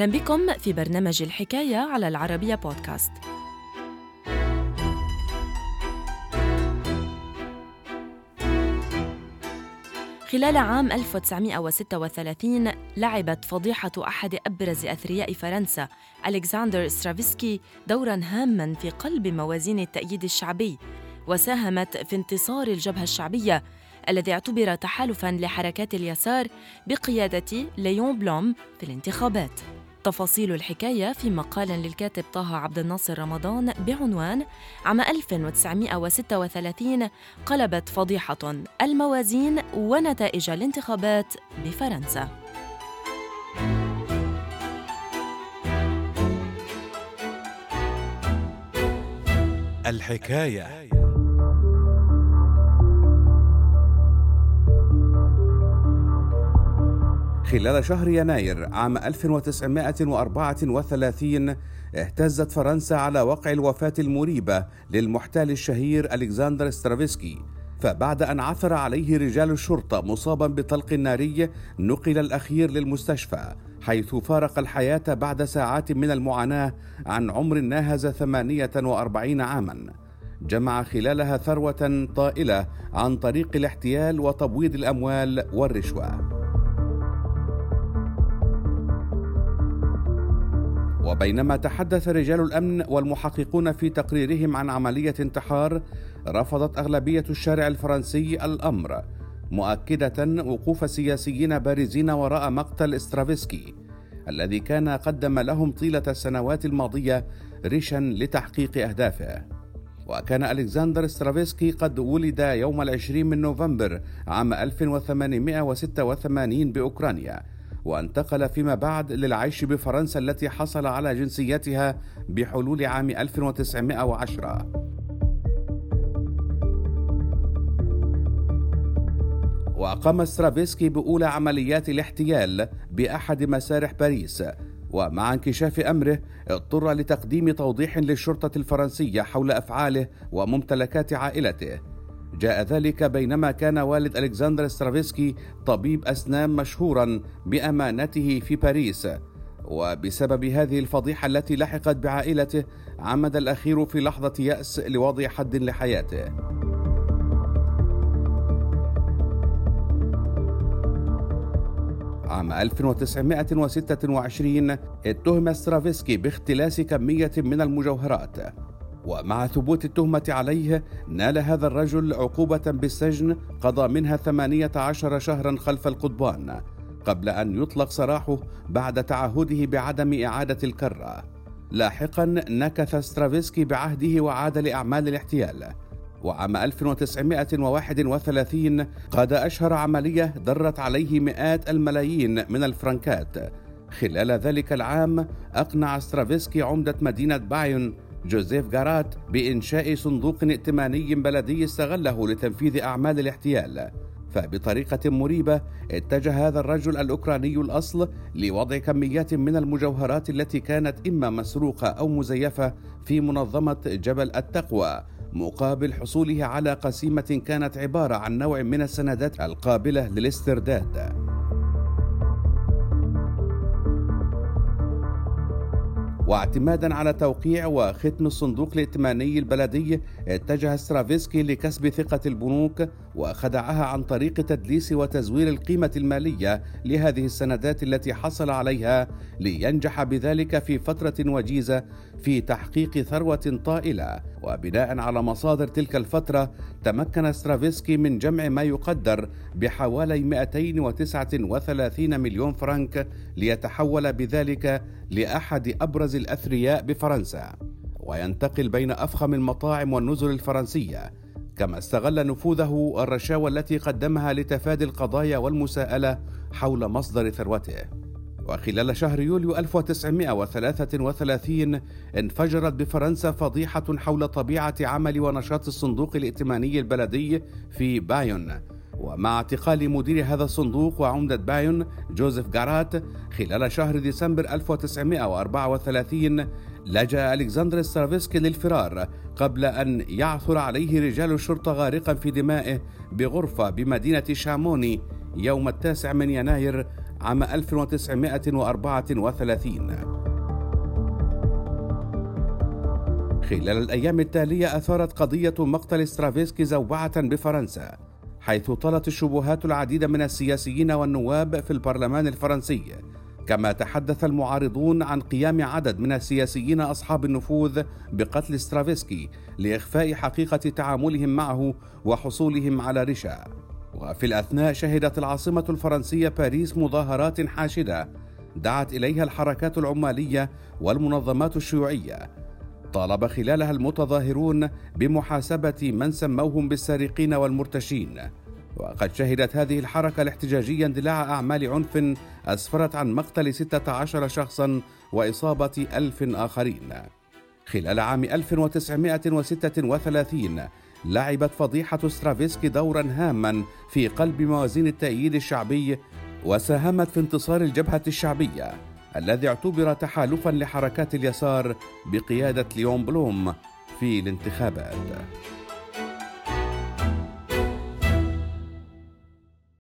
أهلا بكم في برنامج الحكاية على العربية بودكاست. خلال عام 1936 لعبت فضيحة أحد أبرز أثرياء فرنسا ألكسندر سترافسكي دوراً هاماً في قلب موازين التأييد الشعبي، وساهمت في انتصار الجبهة الشعبية الذي اعتبر تحالفاً لحركات اليسار بقيادة ليون بلوم في الانتخابات. تفاصيل الحكاية في مقال للكاتب طه عبد الناصر رمضان بعنوان عام 1936 قلبت فضيحة الموازين ونتائج الانتخابات بفرنسا. الحكاية. خلال شهر يناير عام 1934 اهتزت فرنسا على وقع الوفاة المريبة للمحتال الشهير ألكسندر سترافسكي، فبعد أن عثر عليه رجال الشرطة مصابا بطلق ناري نقل الأخير للمستشفى، حيث فارق الحياة بعد ساعات من المعاناة عن عمر ناهز 48 عاما جمع خلالها ثروة طائلة عن طريق الاحتيال وتبويض الأموال والرشوة. وبينما تحدث رجال الأمن والمحققون في تقريرهم عن عملية انتحار، رفضت أغلبية الشارع الفرنسي الأمر، مؤكدة وقوف سياسيين بارزين وراء مقتل سترافسكي الذي كان قدم لهم طيلة السنوات الماضية ريشا لتحقيق أهدافه. وكان ألكسندر سترافسكي قد ولد يوم 20 من نوفمبر عام 1886 بأوكرانيا، وانتقل فيما بعد للعيش بفرنسا التي حصل على جنسيتها بحلول عام 1910. وقام سترافسكي بأولى عمليات الاحتيال بأحد مسارح باريس، ومع انكشاف أمره اضطر لتقديم توضيح للشرطة الفرنسية حول أفعاله وممتلكات عائلته. جاء ذلك بينما كان والد ألكسندر سترافسكي طبيب أسنان مشهورا بأمانته في باريس، وبسبب هذه الفضيحة التي لحقت بعائلته عمد الأخير في لحظة يأس لوضع حد لحياته. عام 1926 اتهم سترافسكي باختلاس كمية من المجوهرات، ومع ثبوت التهمة عليه نال هذا الرجل عقوبة بالسجن قضى منها 18 شهرا خلف القضبان، قبل أن يطلق سراحه بعد تعهده بعدم إعادة الكرة. لاحقا نكث سترافسكي بعهده وعاد لأعمال الاحتيال، وعام 1931 قاد أشهر عملية درت عليه مئات الملايين من الفرنكات. خلال ذلك العام أقنع سترافسكي عمدة مدينة بايون جوزيف غارات بإنشاء صندوق ائتماني بلدي استغله لتنفيذ أعمال الاحتيال. فبطريقة مريبة اتجه هذا الرجل الأوكراني الأصل لوضع كميات من المجوهرات التي كانت إما مسروقة أو مزيفة في منظمة جبل التقوى، مقابل حصوله على قسيمة كانت عبارة عن نوع من السندات القابلة للاسترداد. واعتمادا على توقيع وختم الصندوق الائتماني البلدي اتجه سترافسكي لكسب ثقة البنوك وخدعها عن طريق تدليس وتزوير القيمة المالية لهذه السندات التي حصل عليها، لينجح بذلك في فترة وجيزة في تحقيق ثروة طائلة. وبناء على مصادر تلك الفترة تمكن سترافسكي من جمع ما يقدر بحوالي 239 مليون فرنك، ليتحول بذلك لأحد أبرز الأثرياء بفرنسا وينتقل بين أفخم المطاعم والنزل الفرنسية. كما استغل نفوذه الرشاوى التي قدمها لتفادي القضايا والمساءلة حول مصدر ثروته. وخلال شهر يوليو 1933 انفجرت بفرنسا فضيحة حول طبيعة عمل ونشاط الصندوق الائتماني البلدي في بايون، ومع اعتقال مدير هذا الصندوق وعمدة بايون جوزيف غارات خلال شهر ديسمبر 1934 لجأ ألكسندر سترافسكي للفرار قبل أن يعثر عليه رجال الشرطة غارقا في دمائه بغرفة بمدينة شاموني يوم 9 من يناير عام 1934. خلال الأيام التالية أثارت قضية مقتل سترافيسكي زوبعة بفرنسا، حيث طالت الشبهات العديد من السياسيين والنواب في البرلمان الفرنسي، كما تحدث المعارضون عن قيام عدد من السياسيين أصحاب النفوذ بقتل سترافيسكي لإخفاء حقيقة تعاملهم معه وحصولهم على رشا. وفي الأثناء شهدت العاصمة الفرنسية باريس مظاهرات حاشدة دعت إليها الحركات العمالية والمنظمات الشيوعية، طالب خلالها المتظاهرون بمحاسبة من سموهم بالسارقين والمرتشين. وقد شهدت هذه الحركة الاحتجاجية اندلاع أعمال عنف أسفرت عن مقتل 16 شخصا وإصابة 1000 آخرين. خلال عام 1936 لعبت فضيحة سترافيسكي دورا هاما في قلب موازين التأييد الشعبي، وساهمت في انتصار الجبهة الشعبية الذي اعتبر تحالفا لحركات اليسار بقيادة ليون بلوم في الانتخابات.